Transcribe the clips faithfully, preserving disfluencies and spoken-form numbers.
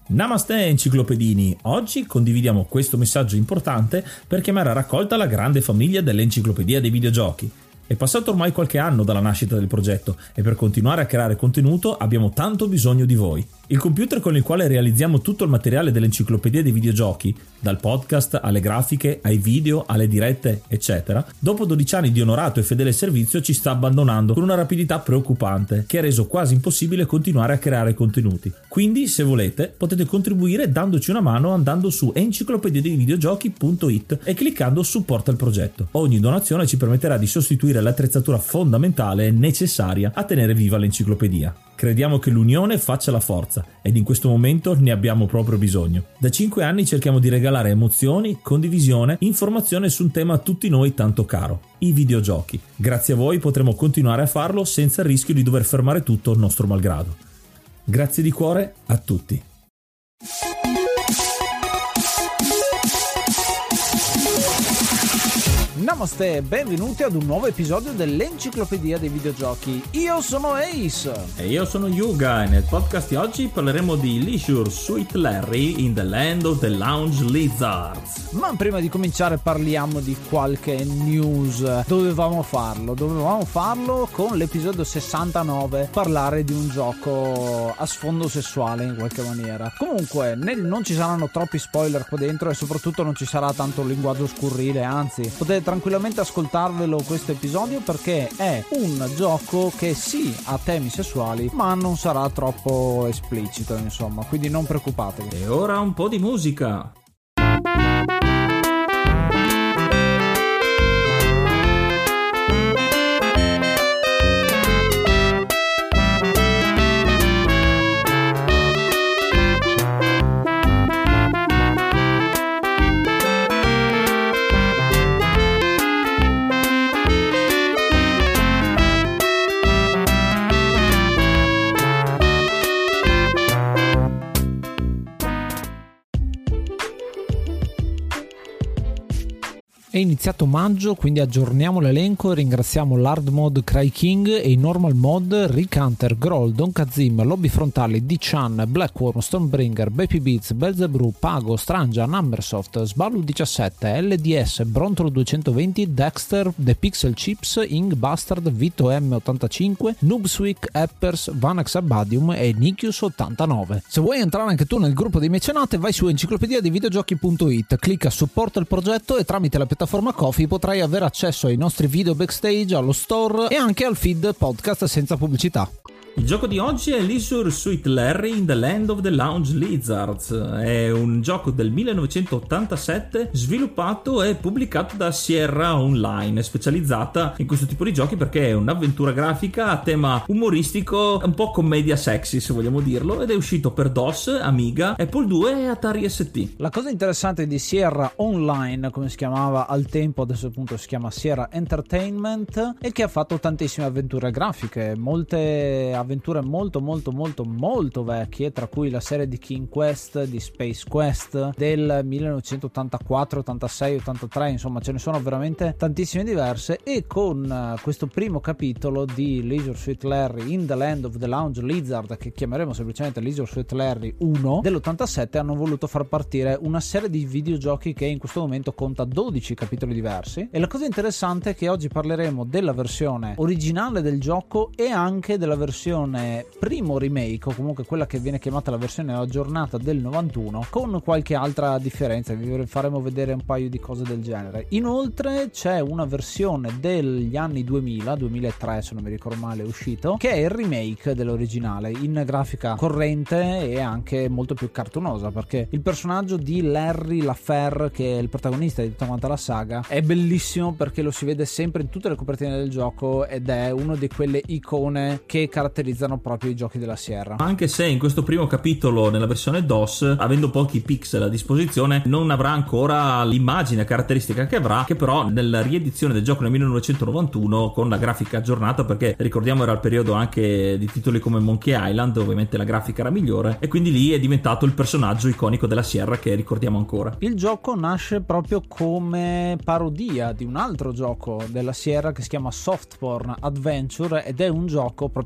Namaste enciclopedini, oggi condividiamo questo messaggio importante per chiamare a raccolta la grande famiglia dell'Enciclopedia dei Videogiochi. È passato ormai qualche anno dalla nascita del progetto e per continuare a creare contenuto abbiamo tanto bisogno di voi. Il computer con il quale realizziamo tutto il materiale dell'Enciclopedia dei Videogiochi, dal podcast alle grafiche, ai video, alle dirette, eccetera, dopo dodici anni di onorato e fedele servizio ci sta abbandonando con una rapidità preoccupante che ha reso quasi impossibile continuare a creare contenuti. Quindi, se volete, potete contribuire dandoci una mano andando su enciclopedia dei videogiochi punto it e cliccando supporta il progetto. Ogni donazione ci permetterà di sostituire l'attrezzatura fondamentale e necessaria a tenere viva l'enciclopedia. Crediamo che l'unione faccia la forza ed in questo momento ne abbiamo proprio bisogno. Da cinque anni cerchiamo di regalare emozioni, condivisione, informazione su un tema a tutti noi tanto caro, i videogiochi. Grazie a voi potremo continuare a farlo senza il rischio di dover fermare tutto nostro malgrado. Grazie di cuore a tutti. Namaste e benvenuti ad un nuovo episodio dell'Enciclopedia dei Videogiochi. Io sono Ace e io sono Yuga e nel podcast di oggi parleremo di Leisure Suit Larry in the Land of the Lounge Lizards. Ma prima di cominciare parliamo di qualche news. Dovevamo farlo, dovevamo farlo con l'episodio sessantanove, parlare di un gioco a sfondo sessuale in qualche maniera. Comunque nel, non ci saranno troppi spoiler qua dentro e soprattutto non ci sarà tanto linguaggio scurrile, anzi potete tranquillamente ascoltarvelo questo episodio perché è un gioco che sì ha temi sessuali ma non sarà troppo esplicito, insomma, quindi non preoccupatevi. E ora un po' di musica. È iniziato maggio, quindi aggiorniamo l'elenco e ringraziamo l'Hard Mode Cry King e i Normal Mode Rick Hunter, Groll, Don Kazim, Lobby Frontali, D-Chan, Blackworm, Stonebringer, Baby Beats, Belzebrew, Pago, Strangia, Numbersoft, Sballu diciassette, L D S, Brontolo duecentoventi, Dexter, The Pixel Chips, Ing Bastard, Vito M ottantacinque, Noobswick, Eppers, Vanax Abadium e Nikius ottantanove. Se vuoi entrare anche tu nel gruppo dei mecenate, vai su enciclopedia dei videogiochi punto it, clicca supporta il progetto e tramite la piattaforma Ko-fi potrai avere accesso ai nostri video backstage, allo store e anche al feed podcast senza pubblicità. Il gioco di oggi è Leisure Suit Larry in the Land of the Lounge Lizards. È un gioco del millenovecentottantasette sviluppato e pubblicato da Sierra Online, specializzata in questo tipo di giochi perché è un'avventura grafica a tema umoristico, un po' commedia sexy se vogliamo dirlo, ed è uscito per DOS, Amiga, Apple due e Atari S T. La cosa interessante di Sierra Online, come si chiamava al tempo, adesso appunto si chiama Sierra Entertainment, è che ha fatto tantissime avventure grafiche, molte avventure molto molto molto molto vecchie, tra cui la serie di King Quest, di Space Quest del millenovecentottantaquattro, ottantasei, ottantatré, insomma ce ne sono veramente tantissime diverse, e con questo primo capitolo di Leisure Suit Larry in the Land of the Lounge Lizard, che chiameremo semplicemente Leisure Suit Larry uno dell'ottantasette, hanno voluto far partire una serie di videogiochi che in questo momento conta dodici capitoli diversi. E la cosa interessante è che oggi parleremo della versione originale del gioco e anche della versione primo remake, o comunque quella che viene chiamata la versione aggiornata del novantuno, con qualche altra differenza. Vi faremo vedere un paio di cose del genere. Inoltre c'è una versione degli anni duemila, duemilatré se non mi ricordo male, è uscito, che è il remake dell'originale in grafica corrente e anche molto più cartunosa, perché il personaggio di Larry LaFerre, che è il protagonista di tutta quanta la saga, è bellissimo perché lo si vede sempre in tutte le copertine del gioco ed è uno di quelle icone che caratterizzano proprio i giochi della Sierra. Anche se in questo primo capitolo nella versione DOS, avendo pochi pixel a disposizione, non avrà ancora l'immagine caratteristica che avrà, che però nella riedizione del gioco nel millenovecentonovantuno con la grafica aggiornata, perché ricordiamo era il periodo anche di titoli come Monkey Island, ovviamente la grafica era migliore, e quindi lì è diventato il personaggio iconico della Sierra che ricordiamo ancora. Il gioco nasce proprio come parodia di un altro gioco della Sierra che si chiama Softporn Adventure ed è un gioco proprio soft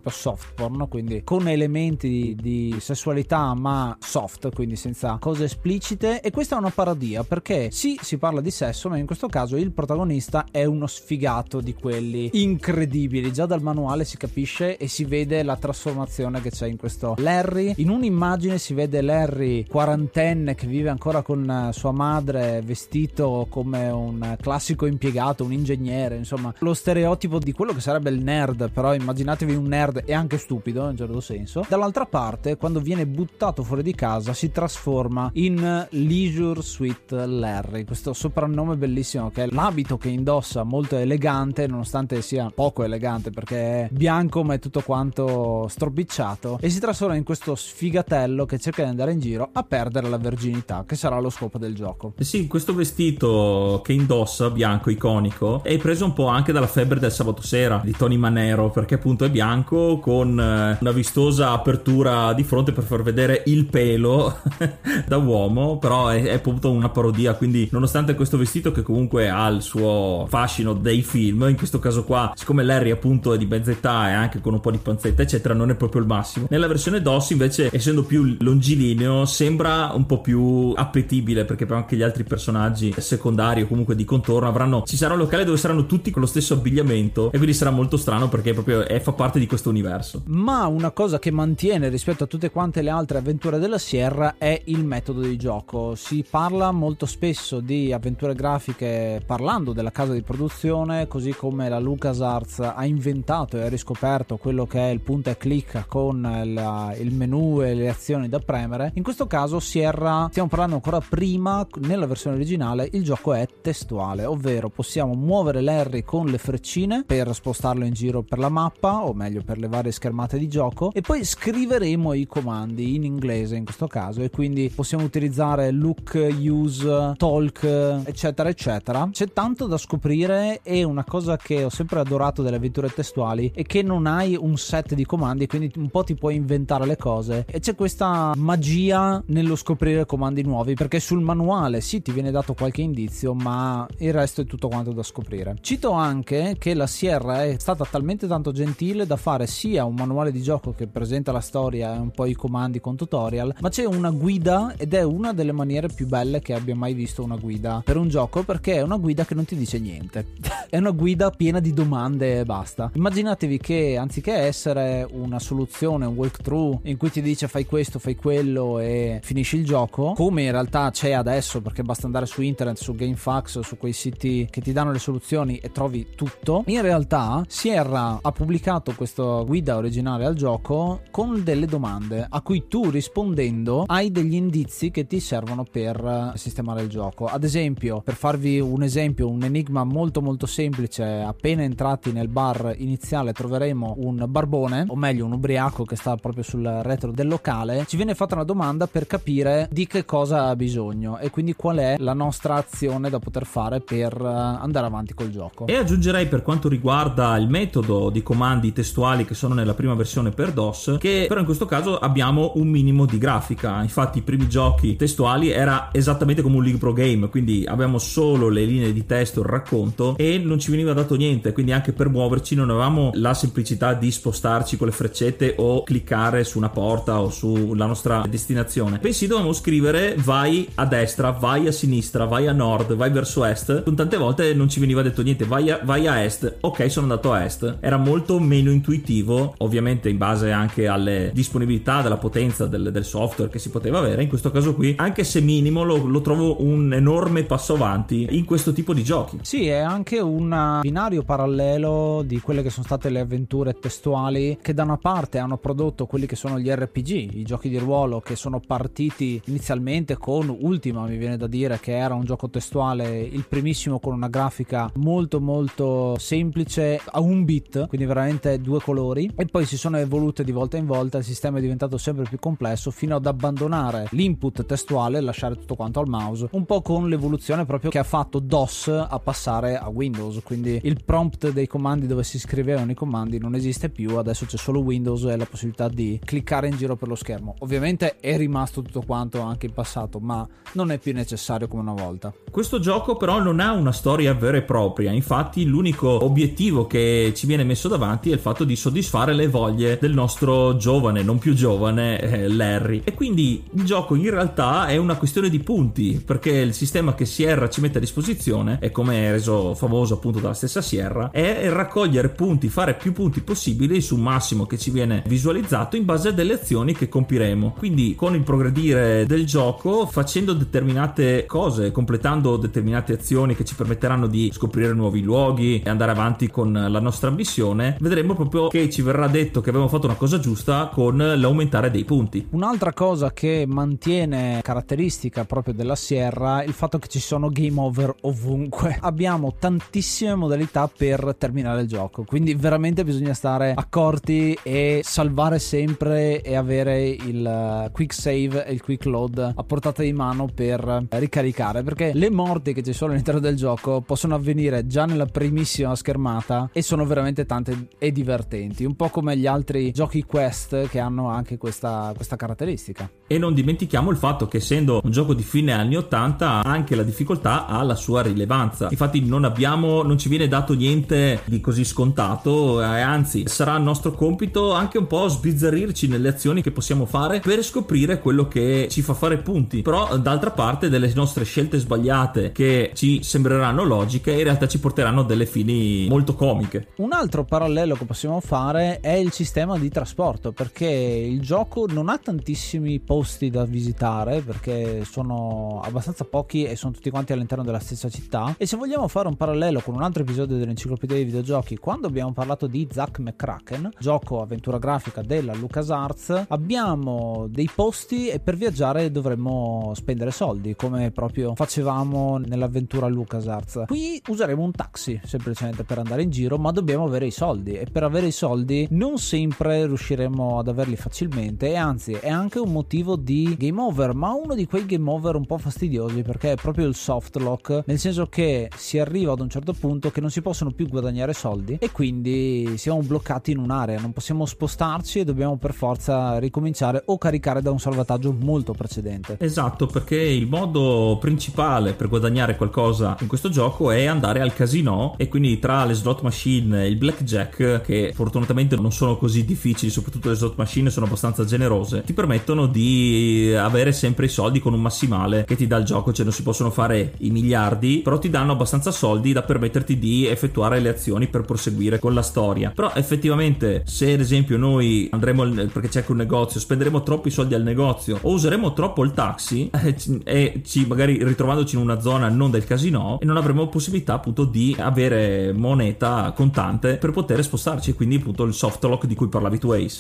soft porn, quindi con elementi di, di sessualità ma soft, quindi senza cose esplicite. E questa è una parodia perché sì, si parla di sesso, ma in questo caso il protagonista è uno sfigato di quelli incredibili. Già dal manuale si capisce e si vede la trasformazione che c'è in questo Larry. In un'immagine si vede Larry quarantenne che vive ancora con sua madre, vestito come un classico impiegato, un ingegnere, insomma lo stereotipo di quello che sarebbe il nerd, però immaginatevi un nerd e anche stupido in un certo senso. Dall'altra parte, quando viene buttato fuori di casa, si trasforma in Leisure Suit Larry, questo soprannome bellissimo, che è l'abito che indossa, molto elegante nonostante sia poco elegante perché è bianco ma è tutto quanto stropicciato, e si trasforma in questo sfigatello che cerca di andare in giro a perdere la verginità, che sarà lo scopo del gioco. Sì, questo vestito che indossa, bianco, iconico, è preso un po' anche dalla febbre del sabato sera di Tony Manero, perché appunto è bianco con una vistosa apertura di fronte per far vedere il pelo da uomo, però è, è appunto una parodia, quindi nonostante questo vestito che comunque ha il suo fascino dei film, in questo caso qua, siccome Larry appunto è di mezza età e anche con un po' di panzetta eccetera, non è proprio il massimo. Nella versione DOS invece, essendo più longilineo, sembra un po' più appetibile, perché poi anche gli altri personaggi secondari o comunque di contorno avranno, ci sarà un locale dove saranno tutti con lo stesso abbigliamento, e quindi sarà molto strano perché proprio è, fa parte di questo universo. Ma una cosa che mantiene rispetto a tutte quante le altre avventure della Sierra è il metodo di gioco. Si parla molto spesso di avventure grafiche parlando della casa di produzione, così come la LucasArts ha inventato e ha riscoperto quello che è il punta e clicca con la, il menu e le azioni da premere. In questo caso Sierra, stiamo parlando ancora prima, nella versione originale il gioco è testuale, ovvero possiamo muovere Larry con le freccine per spostarlo in giro per la mappa, o meglio per le varie schermate di gioco, e poi scriveremo i comandi in inglese in questo caso, e quindi possiamo utilizzare look, use, talk eccetera eccetera. C'è tanto da scoprire, e una cosa che ho sempre adorato delle avventure testuali è che non hai un set di comandi, quindi un po' ti puoi inventare le cose, e c'è questa magia nello scoprire comandi nuovi, perché sul manuale sì ti viene dato qualche indizio, ma il resto è tutto quanto da scoprire. Cito anche che la Sierra è stata talmente tanto gentile da fare sia un manuale di gioco che presenta la storia e un po' i comandi con tutorial, ma c'è una guida, ed è una delle maniere più belle che abbia mai visto una guida per un gioco, perché è una guida che non ti dice niente è una guida piena di domande e basta. Immaginatevi che anziché essere una soluzione, un walkthrough in cui ti dice fai questo, fai quello e finisci il gioco, come in realtà c'è adesso, perché basta andare su internet, su GameFAQs, su quei siti che ti danno le soluzioni e trovi tutto. In realtà Sierra ha pubblicato questa guida originale al gioco con delle domande a cui tu, rispondendo, hai degli indizi che ti servono per sistemare il gioco. Ad esempio, per farvi un esempio, un enigma molto molto semplice: appena entrati nel bar iniziale troveremo un barbone, o meglio un ubriaco che sta proprio sul retro del locale. Ci viene fatta una domanda per capire di che cosa ha bisogno e quindi qual è la nostra azione da poter fare per andare avanti col gioco. E aggiungerei, per quanto riguarda il metodo di comandi testuali che sono nella prima versione per DOS, che però in questo caso abbiamo un minimo di grafica. Infatti i primi giochi testuali era esattamente come un libro game, quindi abbiamo solo le linee di testo, il racconto, e non ci veniva dato niente, quindi anche per muoverci non avevamo la semplicità di spostarci con le freccette o cliccare su una porta o sulla nostra destinazione. Bensì dovevamo scrivere vai a destra, vai a sinistra, vai a nord, vai verso est. Con tante volte non ci veniva detto niente, vai a, vai a est, ok, sono andato a est. Era molto meno intuitivo, ovviamente in base anche alle disponibilità della potenza del, del software che si poteva avere. In questo caso qui, anche se minimo, lo, lo trovo un enorme passo avanti in questo tipo di giochi. Sì, è anche un binario parallelo di quelle che sono state le avventure testuali, che da una parte hanno prodotto quelli che sono gli R P G, i giochi di ruolo, che sono partiti inizialmente con Ultima, mi viene da dire, che era un gioco testuale, il primissimo, con una grafica molto molto semplice, a un bit, quindi veramente due colori, e poi si sono evolute di volta in volta, il sistema è diventato sempre più complesso fino ad abbandonare l'input testuale e lasciare tutto quanto al mouse, un po' con l'evoluzione proprio che ha fatto DOS a passare a Windows, quindi il prompt dei comandi dove si scrivevano i comandi non esiste più, adesso c'è solo Windows e la possibilità di cliccare in giro per lo schermo. Ovviamente è rimasto tutto quanto anche in passato, ma non è più necessario come una volta. Questo gioco però non ha una storia vera e propria, infatti l'unico obiettivo che ci viene messo davanti è il fatto di soddisfare soddisfare le voglie del nostro giovane, non più giovane eh, Larry. E quindi il gioco in realtà è una questione di punti, perché il sistema che Sierra ci mette a disposizione, e come è reso famoso appunto dalla stessa Sierra, è raccogliere punti, fare più punti possibili su un massimo che ci viene visualizzato in base a delle azioni che compiremo. Quindi con il progredire del gioco, facendo determinate cose, completando determinate azioni che ci permetteranno di scoprire nuovi luoghi e andare avanti con la nostra missione, vedremo proprio che ci verrà detto che abbiamo fatto una cosa giusta con l'aumentare dei punti. Un'altra cosa che mantiene caratteristica proprio della Sierra è il fatto che ci sono game over ovunque. Abbiamo tantissime modalità per terminare il gioco, quindi veramente bisogna stare accorti e salvare sempre e avere il quick save e il quick load a portata di mano per ricaricare, perché le morti che ci sono all'interno del gioco possono avvenire già nella primissima schermata e sono veramente tante e divertenti, un po' come gli altri giochi quest che hanno anche questa, questa caratteristica. E non dimentichiamo il fatto che, essendo un gioco di fine anni ottanta, anche la difficoltà ha la sua rilevanza. Infatti non abbiamo non ci viene dato niente di così scontato, e anzi sarà il nostro compito anche un po' sbizzarrirci nelle azioni che possiamo fare per scoprire quello che ci fa fare punti. Però d'altra parte delle nostre scelte sbagliate, che ci sembreranno logiche, in realtà ci porteranno a delle fini molto comiche. Un altro parallelo che possiamo fare è il sistema di trasporto, perché il gioco non ha tantissimi posti da visitare, perché sono abbastanza pochi e sono tutti quanti all'interno della stessa città. E se vogliamo fare un parallelo con un altro episodio dell'enciclopedia dei videogiochi, quando abbiamo parlato di Zack McCracken, gioco avventura grafica della LucasArts, abbiamo dei posti e per viaggiare dovremmo spendere soldi, come proprio facevamo nell'avventura LucasArts. Qui useremo un taxi semplicemente per andare in giro, ma dobbiamo avere i soldi, e per avere i soldi non sempre riusciremo ad averli facilmente, e anzi è anche un motivo di game over, ma uno di quei game over un po' fastidiosi, perché è proprio il soft lock, nel senso che si arriva ad un certo punto che non si possono più guadagnare soldi e quindi siamo bloccati in un'area, non possiamo spostarci e dobbiamo per forza ricominciare o caricare da un salvataggio molto precedente. Esatto, perché il modo principale per guadagnare qualcosa in questo gioco è andare al casino, e quindi tra le slot machine e il blackjack, che fortunatamente non sono così difficili, soprattutto le slot machine sono abbastanza generose, ti permettono di avere sempre i soldi con un massimale che ti dà il gioco. Cioè non si possono fare i miliardi, però ti danno abbastanza soldi da permetterti di effettuare le azioni per proseguire con la storia. Però effettivamente, se ad esempio noi andremo perché c'è anche un negozio, spenderemo troppi soldi al negozio o useremo troppo il taxi eh, e ci magari ritrovandoci in una zona non del casino, e non avremo possibilità appunto di avere moneta contante per poter spostarci, quindi appunto il soft lock di cui parlavi tu, Ace.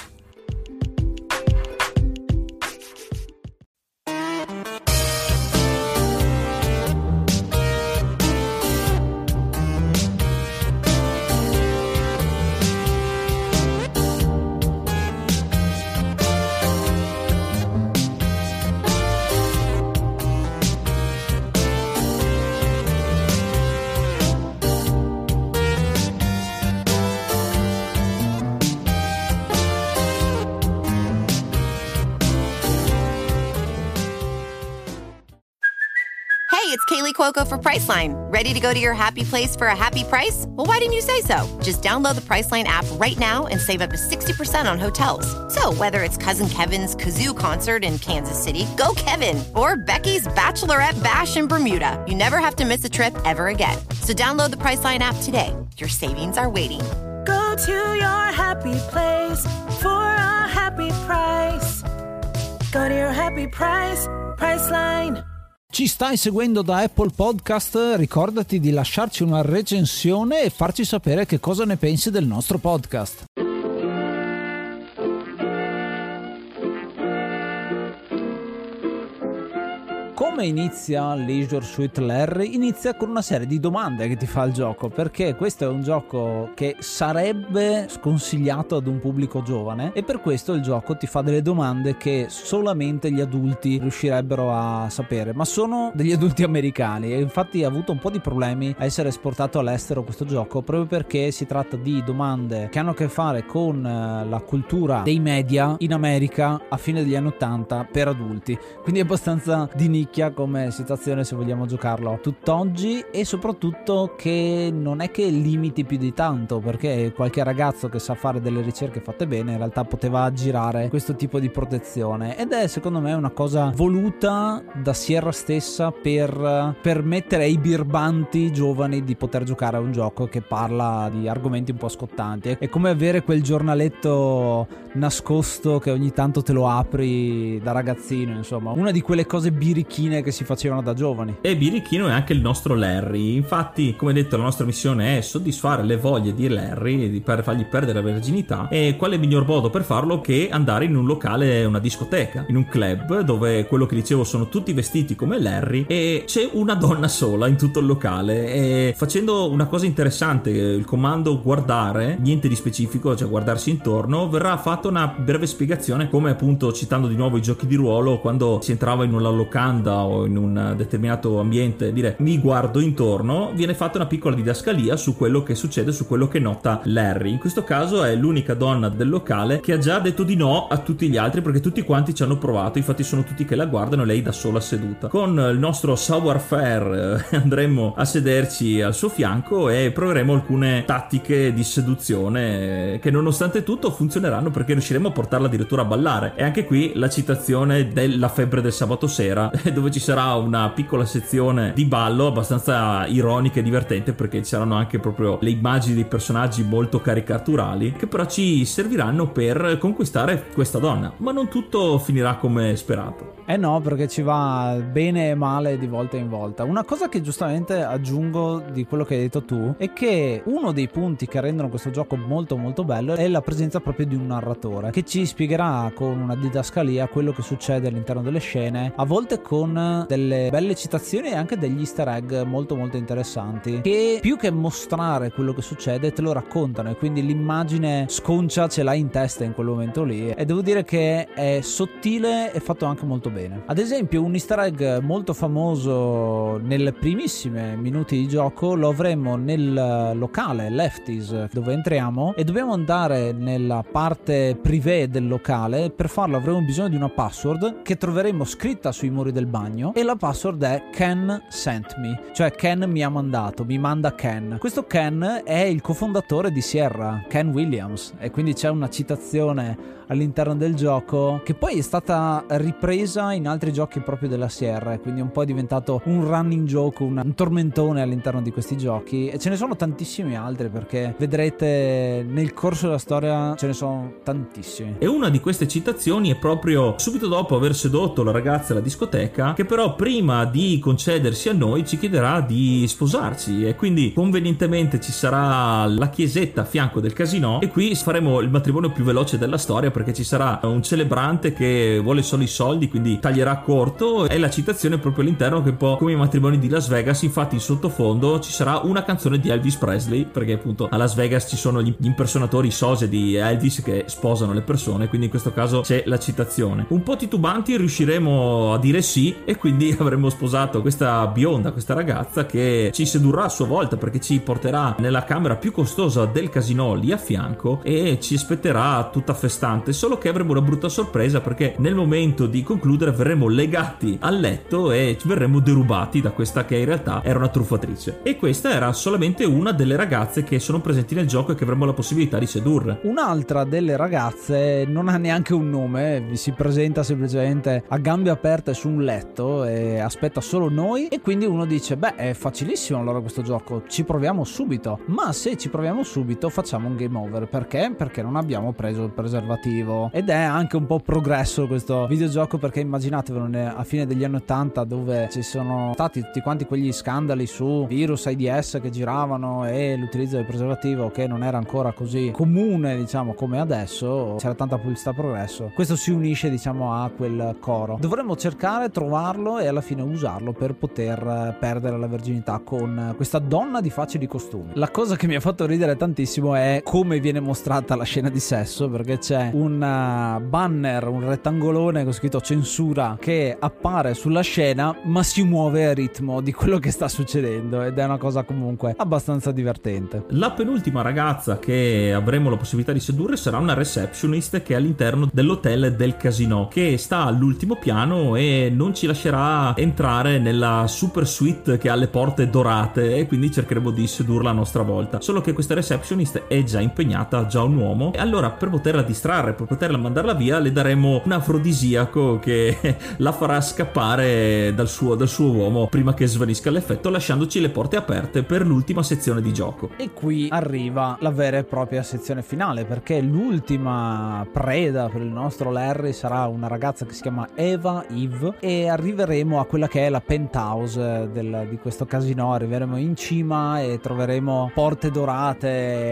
It's Kaylee Cuoco for Priceline. Ready to go to your happy place for a happy price? Well, why didn't you say so? Just download the Priceline app right now and save up to sixty percent on hotels. So whether it's Cousin Kevin's Kazoo Concert in Kansas City, go Kevin, or Becky's Bachelorette Bash in Bermuda, you never have to miss a trip ever again. So download the Priceline app today. Your savings are waiting. Go to your happy place for a happy price. Go to your happy price, Priceline. Ci stai seguendo da Apple Podcast? Ricordati di lasciarci una recensione e farci sapere che cosa ne pensi del nostro podcast. Come inizia Leisure Suit Larry? Inizia con una serie di domande che ti fa il gioco, perché questo è un gioco che sarebbe sconsigliato ad un pubblico giovane, e per questo il gioco ti fa delle domande che solamente gli adulti riuscirebbero a sapere, ma sono degli adulti americani, e infatti ha avuto un po' di problemi a essere esportato all'estero questo gioco, proprio perché si tratta di domande che hanno a che fare con la cultura dei media in America a fine degli anni ottanta per adulti, quindi è abbastanza di nicchia vecchia come situazione se vogliamo giocarlo tutt'oggi, e soprattutto che non è che limiti più di tanto, perché qualche ragazzo che sa fare delle ricerche fatte bene in realtà poteva aggirare questo tipo di protezione, ed è secondo me una cosa voluta da Sierra stessa per permettere ai birbanti giovani di poter giocare a un gioco che parla di argomenti un po' scottanti. È come avere quel giornaletto nascosto che ogni tanto te lo apri da ragazzino, insomma una di quelle cose birichine che si facevano da giovani. E birichino è anche il nostro Larry. Infatti, come detto, la nostra missione è soddisfare le voglie di Larry, di per fargli perdere la verginità, e quale miglior modo per farlo che andare in un locale, una discoteca, in un club dove, quello che dicevo, sono tutti vestiti come Larry e c'è una donna sola in tutto il locale, e facendo una cosa interessante, il comando guardare, niente di specifico, cioè guardarsi intorno, verrà fatta una breve spiegazione, come appunto citando di nuovo i giochi di ruolo, quando si entrava in una locanda o in un determinato ambiente, dire mi guardo intorno, viene fatta una piccola didascalia su quello che succede, su quello che nota Larry. In questo caso è l'unica donna del locale che ha già detto di no a tutti gli altri, perché tutti quanti ci hanno provato, infatti sono tutti che la guardano e lei da sola seduta. Con il nostro savoir-faire eh, andremo a sederci al suo fianco e proveremo alcune tattiche di seduzione che nonostante tutto funzioneranno, perché riusciremo a portarla addirittura a ballare. E anche qui la citazione della febbre del sabato sera, dove ci sarà una piccola sezione di ballo abbastanza ironica e divertente, perché ci saranno anche proprio le immagini dei personaggi molto caricaturali, che però ci serviranno per conquistare questa donna. Ma non tutto finirà come sperato. Eh no, perché ci va bene e male di volta in volta. Una cosa che giustamente aggiungo di quello che hai detto tu è che uno dei punti che rendono questo gioco molto molto bello è la presenza proprio di un narratore che ci spiegherà con una didascalia quello che succede all'interno delle scene, a volte con delle belle citazioni e anche degli easter egg molto molto interessanti, che più che mostrare quello che succede te lo raccontano, e quindi l'immagine sconcia ce l'hai in testa in quel momento lì, e devo dire che è sottile e fatto anche molto bene. Ad esempio, un easter egg molto famoso nelle primissime minuti di gioco lo avremo nel locale Lefties, dove entriamo e dobbiamo andare nella parte privé del locale. Per farlo avremo bisogno di una password che troveremo scritta sui muri del bagno, e la password è Ken sent me, cioè Ken mi ha mandato, mi manda Ken. Questo Ken è il cofondatore di Sierra, Ken Williams, e quindi c'è una citazione all'interno del gioco che poi è stata ripresa in altri giochi proprio della Sierra, e quindi un po' è diventato un running joke, un, un tormentone all'interno di questi giochi, e ce ne sono tantissimi altri, perché vedrete nel corso della storia ce ne sono tantissimi. E una di queste citazioni è proprio subito dopo aver sedotto la ragazza alla discoteca, che però prima di concedersi a noi ci chiederà di sposarci, e quindi convenientemente ci sarà la chiesetta a fianco del casinò, e qui faremo il matrimonio più veloce della storia, perché ci sarà un celebrante che vuole solo i soldi, quindi taglierà corto. E la citazione è proprio all'interno, che è un po' come i matrimoni di Las Vegas, infatti in sottofondo ci sarà una canzone di Elvis Presley, perché appunto a Las Vegas ci sono gli impersonatori, i sosie di Elvis che sposano le persone, quindi in questo caso c'è la citazione. Un po' titubanti riusciremo a dire sì, e quindi avremo sposato questa bionda, questa ragazza che ci sedurrà a sua volta, perché ci porterà nella camera più costosa del casinò lì a fianco e ci aspetterà tutta festante, solo che avremo una brutta sorpresa, perché nel momento di concludere verremo legati al letto e verremo derubati da questa che in realtà era una truffatrice. E questa era solamente una delle ragazze che sono presenti nel gioco e che avremo la possibilità di sedurre. Un'altra delle ragazze non ha neanche un nome, vi si presenta semplicemente a gambe aperte su un letto e aspetta solo noi, e quindi uno dice beh, è facilissimo allora questo gioco, ci proviamo subito. Ma se ci proviamo subito facciamo un game over. Perché? Perché non abbiamo preso il preservativo. Ed è anche un po' progresso questo videogioco, perché immaginatevelo a fine degli anni ottanta, dove ci sono stati tutti quanti quegli scandali su virus, AIDS che giravano, e l'utilizzo del preservativo che non era ancora così comune, diciamo, come adesso. C'era tanta pubblicità progresso. Questo si unisce, diciamo, a quel coro. Dovremmo cercare, trovarlo e alla fine usarlo per poter perdere la verginità con questa donna di facce di costumi. La cosa che mi ha fatto ridere tantissimo è come viene mostrata la scena di sesso, perché c'è un banner, un rettangolone con scritto censura, che appare sulla scena ma si muove a ritmo di quello che sta succedendo, ed è una cosa comunque abbastanza divertente. La penultima ragazza che avremo la possibilità di sedurre sarà una receptionist che è all'interno dell'hotel del casinò, che sta all'ultimo piano e non non ci lascerà entrare nella super suite che ha le porte dorate, e quindi cercheremo di sedurla a nostra volta. Solo che questa receptionist è già impegnata, ha già un uomo, e allora per poterla distrarre, per poterla mandarla via, le daremo un afrodisiaco che la farà scappare dal suo, dal suo uomo prima che svanisca l'effetto, lasciandoci le porte aperte per l'ultima sezione di gioco. E qui arriva la vera e propria sezione finale, perché l'ultima preda per il nostro Larry sarà una ragazza che si chiama Eva Eve, e arriveremo a quella che è la penthouse del, di questo casino. Arriveremo in cima e troveremo porte dorate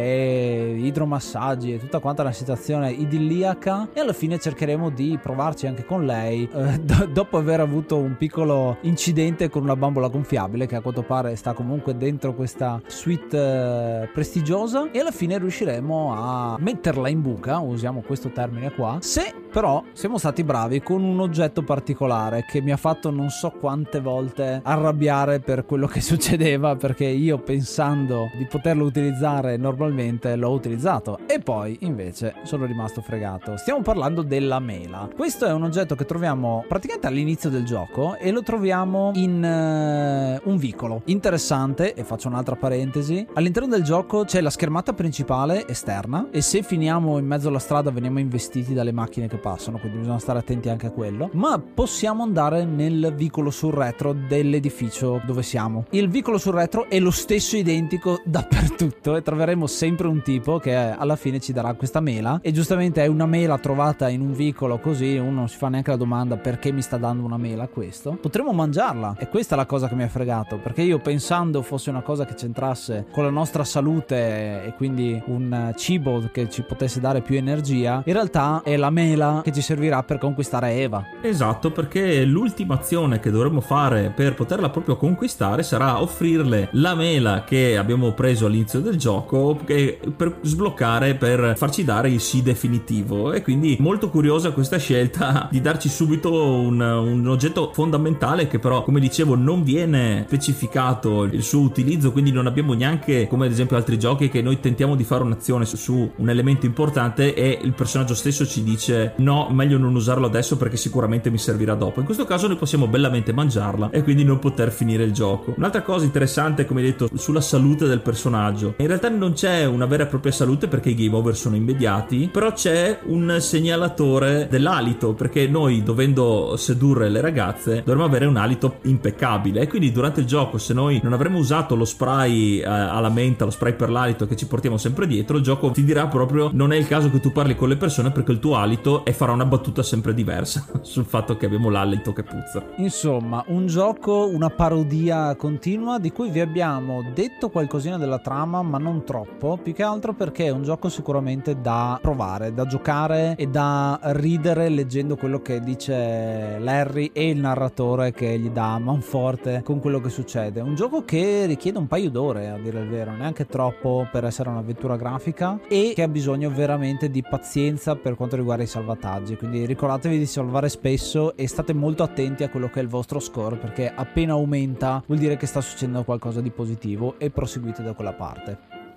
e idromassaggi e tutta quanta una situazione idilliaca, e alla fine cercheremo di provarci anche con lei eh, do- dopo aver avuto un piccolo incidente con una bambola gonfiabile che a quanto pare sta comunque dentro questa suite eh, prestigiosa, e alla fine riusciremo a metterla in buca, usiamo questo termine qua, se però siamo stati bravi con un oggetto particolare che mi ha fatto non so quante volte arrabbiare per quello che succedeva, perché io pensando di poterlo utilizzare normalmente l'ho utilizzato e poi invece sono rimasto fregato. Stiamo parlando della mela. Questo è un oggetto che troviamo praticamente all'inizio del gioco e lo troviamo in uh, un vicolo interessante. E faccio un'altra parentesi: all'interno del gioco c'è la schermata principale esterna, e se finiamo in mezzo alla strada veniamo investiti dalle macchine che passano, quindi bisogna stare attenti anche a quello. Ma possiamo andare nel vicolo sul retro dell'edificio dove siamo. Il vicolo sul retro è lo stesso identico dappertutto, e troveremo sempre un tipo che alla fine ci darà questa mela, e giustamente è una mela trovata in un vicolo, così uno non si fa neanche la domanda perché mi sta dando una mela questo. Potremmo mangiarla, e questa è la cosa che mi ha fregato, perché io pensando fosse una cosa che c'entrasse con la nostra salute e quindi un cibo che ci potesse dare più energia, in realtà è la mela che ci servirà per conquistare Eva. Esatto, perché l'ultima azione che dovremmo fare per poterla proprio conquistare sarà offrirle la mela che abbiamo preso all'inizio del gioco, che per sbloccare, per farci dare il sì definitivo. E quindi molto curiosa questa scelta di darci subito un, un oggetto fondamentale, che però, come dicevo, non viene specificato il suo utilizzo, quindi non abbiamo neanche, come ad esempio altri giochi, che noi tentiamo di fare un'azione su, su un elemento importante e il personaggio stesso ci dice no, meglio non usarlo adesso perché sicuramente mi servirà dopo. In questo caso noi possiamo bellamente mangiarla e quindi non poter finire il gioco. Un'altra cosa interessante, come detto, sulla salute del personaggio: in realtà non c'è una vera e propria salute perché i game over sono immediati, però c'è un segnalatore dell'alito, perché noi, dovendo sedurre le ragazze, dovremmo avere un alito impeccabile, e quindi durante il gioco, se noi non avremo usato lo spray eh, alla menta, lo spray per l'alito che ci portiamo sempre dietro, il gioco ti dirà proprio non è il caso che tu parli con le persone perché il tuo alito, e farà una battuta sempre diversa sul fatto che abbiamo l'alito che puzza. Insomma, un gioco, una parodia continua di cui vi abbiamo detto qualcosina della trama, ma non troppo, più che altro perché è un gioco sicuramente da provare, da giocare e da ridere leggendo quello che dice Larry e il narratore che gli dà manforte con quello che succede. Un gioco che richiede un paio d'ore, a dire il vero, neanche troppo per essere un'avventura grafica, e che ha bisogno veramente di pazienza per quanto riguarda i salvataggi, quindi ricordatevi di salvare spesso e state molto attenti a quello che è il vostro score, perché appena aumenta vuol dire che sta succedendo qualcosa di positivo, e proseguite da quella parte.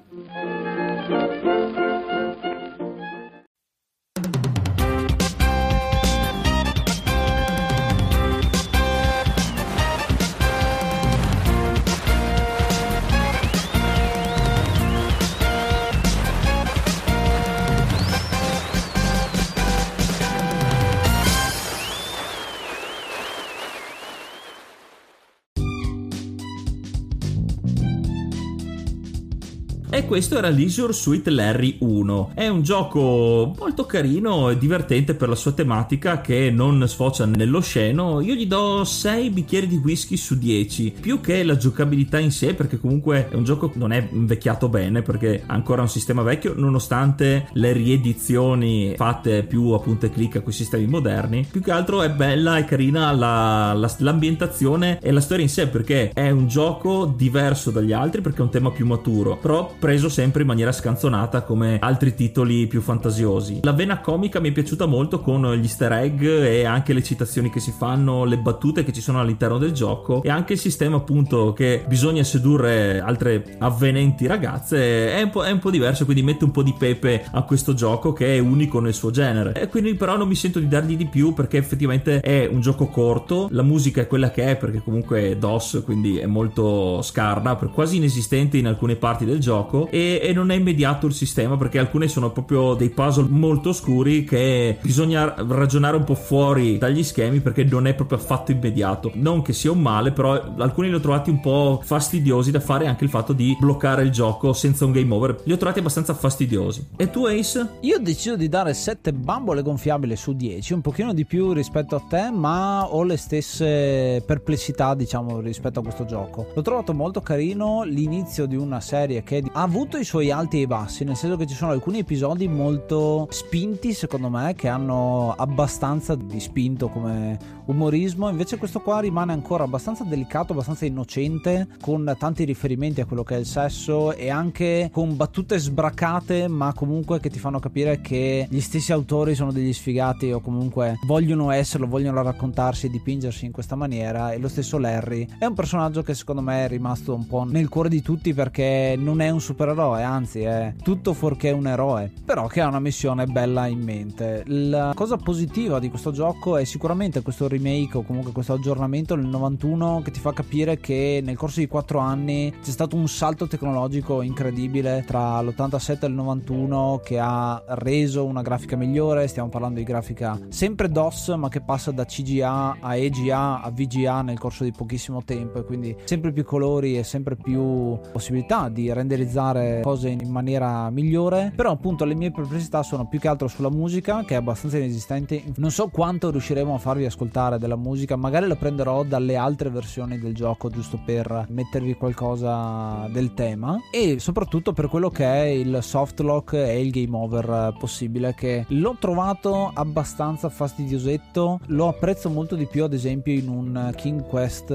E questo era Leisure Suite Larry uno. È un gioco molto carino e divertente per la sua tematica, che non sfocia nell'osceno. Io gli do sei bicchieri di whisky su dieci, più che la giocabilità in sé, perché comunque è un gioco che non è invecchiato bene, perché ha ancora un sistema vecchio nonostante le riedizioni fatte più a punta e clic con i sistemi moderni. Più che altro è bella e carina la, la, l'ambientazione e la storia in sé, perché è un gioco diverso dagli altri, perché è un tema più maturo, però preso sempre in maniera scanzonata come altri titoli più fantasiosi. La vena comica mi è piaciuta molto con gli easter egg e anche le citazioni che si fanno, le battute che ci sono all'interno del gioco, e anche il sistema appunto che bisogna sedurre altre avvenenti ragazze è un po', è un po' diverso, quindi mette un po' di pepe a questo gioco che è unico nel suo genere. E quindi però non mi sento di dargli di più, perché effettivamente è un gioco corto, la musica è quella che è, perché comunque è DOS, quindi è molto scarna, per quasi inesistente in alcune parti del gioco, e, e non è immediato il sistema, perché alcune sono proprio dei puzzle molto oscuri che bisogna ragionare un po' fuori dagli schemi, perché non è proprio affatto immediato. Non che sia un male, però alcuni li ho trovati un po' fastidiosi da fare, anche il fatto di bloccare il gioco senza un game over li ho trovati abbastanza fastidiosi. E tu, Ace? Io ho deciso di dare sette bambole gonfiabili su dieci, un pochino di più rispetto a te, ma ho le stesse perplessità, diciamo, rispetto a questo gioco. L'ho trovato molto carino, l'inizio di una serie che ha avuto i suoi alti e i bassi, nel senso che ci sono alcuni episodi molto spinti, secondo me, che hanno abbastanza di spinto come umorismo. Invece questo qua rimane ancora abbastanza delicato, abbastanza innocente, con tanti riferimenti a quello che è il sesso e anche con battute sbracate, ma comunque che ti fanno capire che gli stessi autori sono degli sfigati, o comunque vogliono esserlo, vogliono raccontarsi e dipingersi in questa maniera. E lo stesso Larry è un personaggio che secondo me è rimasto un po' nel cuore di tutti, perché non è un supereroe, anzi è tutto fuorché un eroe, però che ha una missione bella in mente. La cosa positiva di questo gioco è sicuramente questo remake, o comunque questo aggiornamento nel novantuno, che ti fa capire che nel corso di quattro anni c'è stato un salto tecnologico incredibile tra l'ottantasette e il novantuno, che ha reso una grafica migliore. Stiamo parlando di grafica sempre DOS, ma che passa da C G A a E G A a V G A nel corso di pochissimo tempo, e quindi sempre più colori e sempre più possibilità di renderizzare cose in maniera migliore. Però appunto le mie perplessità sono più che altro sulla musica, che è abbastanza inesistente. Non so quanto riusciremo a farvi ascoltare della musica, magari la prenderò dalle altre versioni del gioco giusto per mettervi qualcosa del tema, e soprattutto per quello che è il soft lock e il game over possibile, che l'ho trovato abbastanza fastidiosetto. Lo apprezzo molto di più ad esempio in un King Quest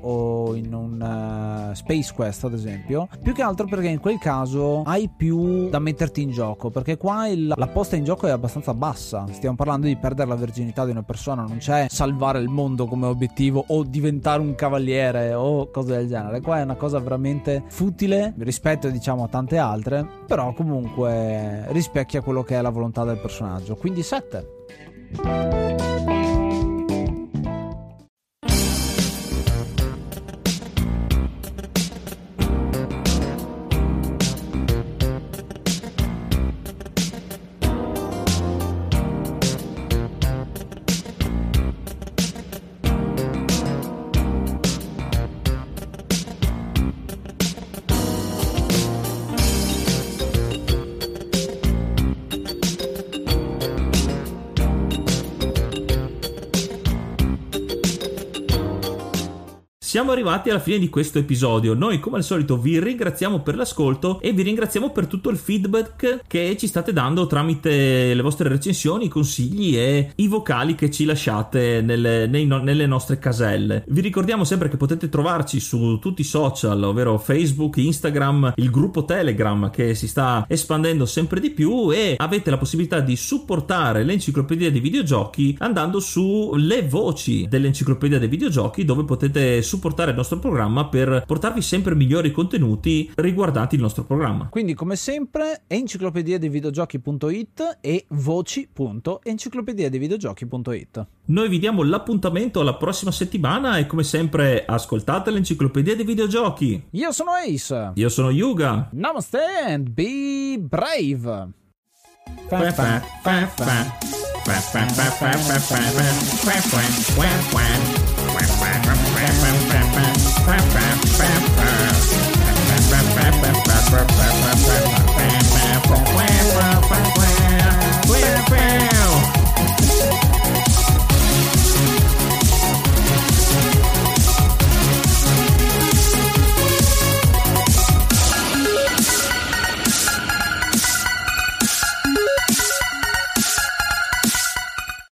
o in un uh, Space Quest ad esempio, più che altro perché in quel caso hai più da metterti in gioco, perché qua il, la posta in gioco è abbastanza bassa. Stiamo parlando di perdere la virginità di una persona, non c'è salvare il mondo come obiettivo o diventare un cavaliere o cose del genere. Qua è una cosa veramente futile rispetto, diciamo, a tante altre, però comunque rispecchia quello che è la volontà del personaggio, quindi sette. Siamo arrivati alla fine di questo episodio. Noi come al solito vi ringraziamo per l'ascolto e vi ringraziamo per tutto il feedback che ci state dando tramite le vostre recensioni, consigli e i vocali che ci lasciate nelle, nei, nelle nostre caselle. Vi ricordiamo sempre che potete trovarci su tutti i social, ovvero Facebook, Instagram, il gruppo Telegram che si sta espandendo sempre di più, e avete la possibilità di supportare l'Enciclopedia dei Videogiochi andando sulle voci dell'Enciclopedia dei Videogiochi, dove potete supportare portare il nostro programma per portarvi sempre migliori contenuti riguardanti il nostro programma. Quindi come sempre enciclopedia dei videogiochi punto it e voci punto enciclopedia dei videogiochi punto it. Noi vi diamo l'appuntamento alla prossima settimana e come sempre ascoltate l'Enciclopedia dei Videogiochi. Io sono Ace. Io sono Yuga. Namaste and be brave. Quack, quack.